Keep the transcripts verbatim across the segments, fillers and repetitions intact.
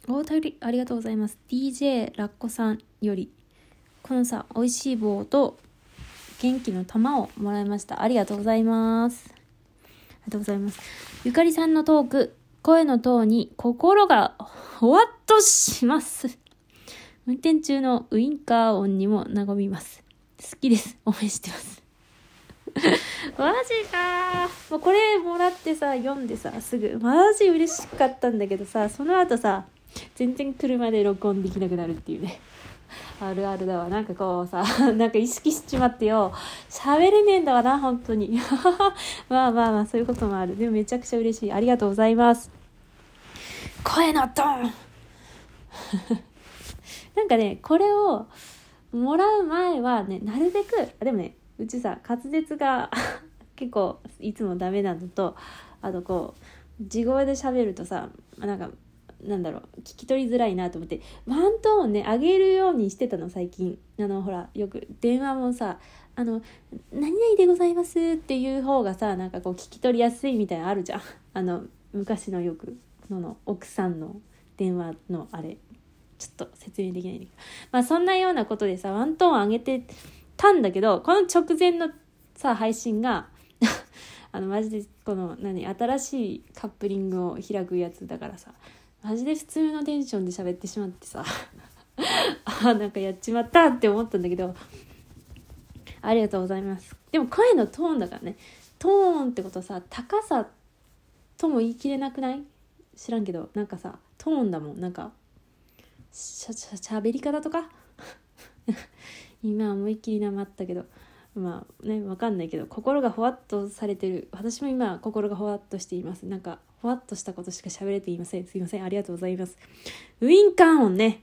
お便りありがとうございます。 ディージェー ラッコさんよりこのさ、美味しい棒と元気の玉をもらいました。ありがとうございます。ありがとうございます。ゆかりさんのトーク、声のトーンに心がほわっとします。運転中のウインカー音にも和みます。好きです。応援してますマジかー。もうこれもらってさ、読んでさ、すぐマジ嬉しかったんだけどさ、その後さ、全然車で録音できなくなるっていうね。あるあるだわ。なんかこうさ、なんか意識しちまってよ、喋れねえんだわな、本当にまあまあまあ、そういうこともある。でもめちゃくちゃ嬉しい。ありがとうございます。声のトーンなんかね、これをもらう前はね、なるべく、でもね、うちさ、滑舌が結構いつもダメなのと、あとこう地声で喋るとさ、なんかなんだろう、聞き取りづらいなと思って、ワントーンね上げるようにしてたの最近。あのほら、よく電話もさ、あの何々でございますっていう方がさ、なんかこう聞き取りやすいみたいなのあるじゃん。あの昔のよくのの奥さんの電話のあれ、ちょっと説明できないんだけど、まあそんなようなことでさ、ワントーン上げてたんだけど、この直前のさ配信があのマジでこの何新しいカップリングを開くやつだからさ、マジで普通のテンションで喋ってしまってさあ、なんかやっちまったって思ったんだけど、ありがとうございます。でも声のトーンだからね。トーンってことさ、高さとも言い切れなくない？知らんけど、なんかさトーンだもん。なんかしゃしゃしゃべり方とか今思いっきりなまったけど、まあね、わかんないけど、心がほわっとされてる。私も今心がほわっとしています。なんかほわっとしたことしか喋れていません。すいません、ありがとうございます。ウインカー音ね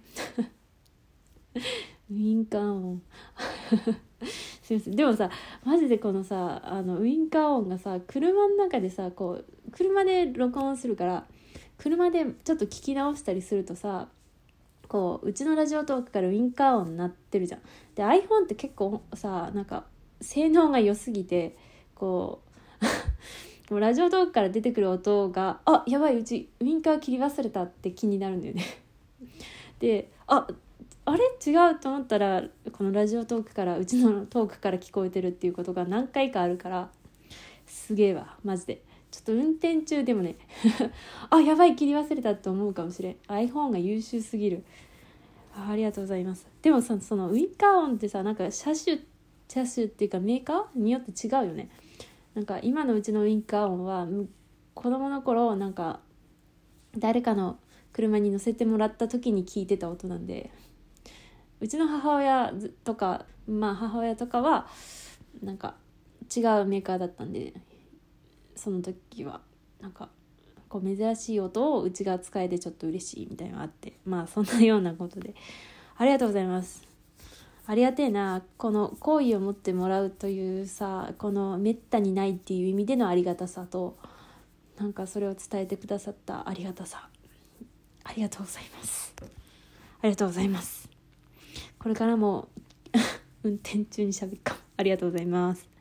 ウインカー音すいません。でもさ、マジでこのさ、あのウインカー音がさ、車の中でさ、こう車で録音するから、車でちょっと聞き直したりするとさ、こううちのラジオトークからウインカー音鳴ってるじゃん。で iPhone って結構さ、なんか性能が良すぎて、こうもうラジオトークから出てくる音が、あ、やばい、うちウインカー切り忘れたって気になるんだよねで、ああれ違うと思ったら、このラジオトークからうちのトークから聞こえてるっていうことが何回かあるから、すげえわマジで。ちょっと運転中でもねあ、やばい、切り忘れたって思うかもしれん。 iPhone が優秀すぎる。 あ, ありがとうございます。でもさ、そのウインカー音ってさ、なんか車種車種っていうかメーカーによって違うよね。なんか今のうちのウインカー音は子供の頃、なんか誰かの車に乗せてもらった時に聞いてた音なんで、うちの母親とか、まあ母親とかはなんか違うメーカーだったんで、その時はなんかこう珍しい音をうちが使えてちょっと嬉しいみたいなのがあって、まあそんなようなことで、ありがとうございます。ありがてえな。この好意を持ってもらうというさ、このめったにないっていう意味でのありがたさと、なんかそれを伝えてくださったありがたさ、ありがとうございます。ありがとうございます。これからも運転中に喋るかも。ありがとうございます。